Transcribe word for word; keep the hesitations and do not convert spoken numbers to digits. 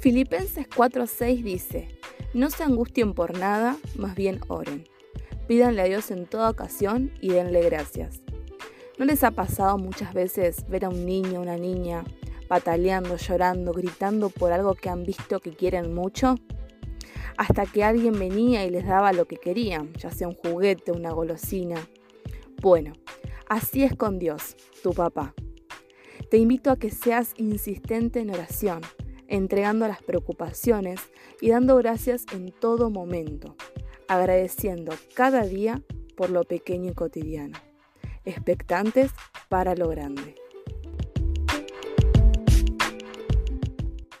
Filipenses cuatro seis dice: no se angustien por nada, más bien oren. Pídanle a Dios en toda ocasión y denle gracias. ¿No les ha pasado muchas veces ver a un niño o una niña pataleando, llorando, gritando por algo que han visto que quieren mucho? Hasta que alguien venía y les daba lo que querían, ya sea un juguete, una golosina. Bueno, así es con Dios, tu papá. Te invito a que seas insistente en oración, entregando las preocupaciones y dando gracias en todo momento, agradeciendo cada día por lo pequeño y cotidiano, expectantes para lo grande.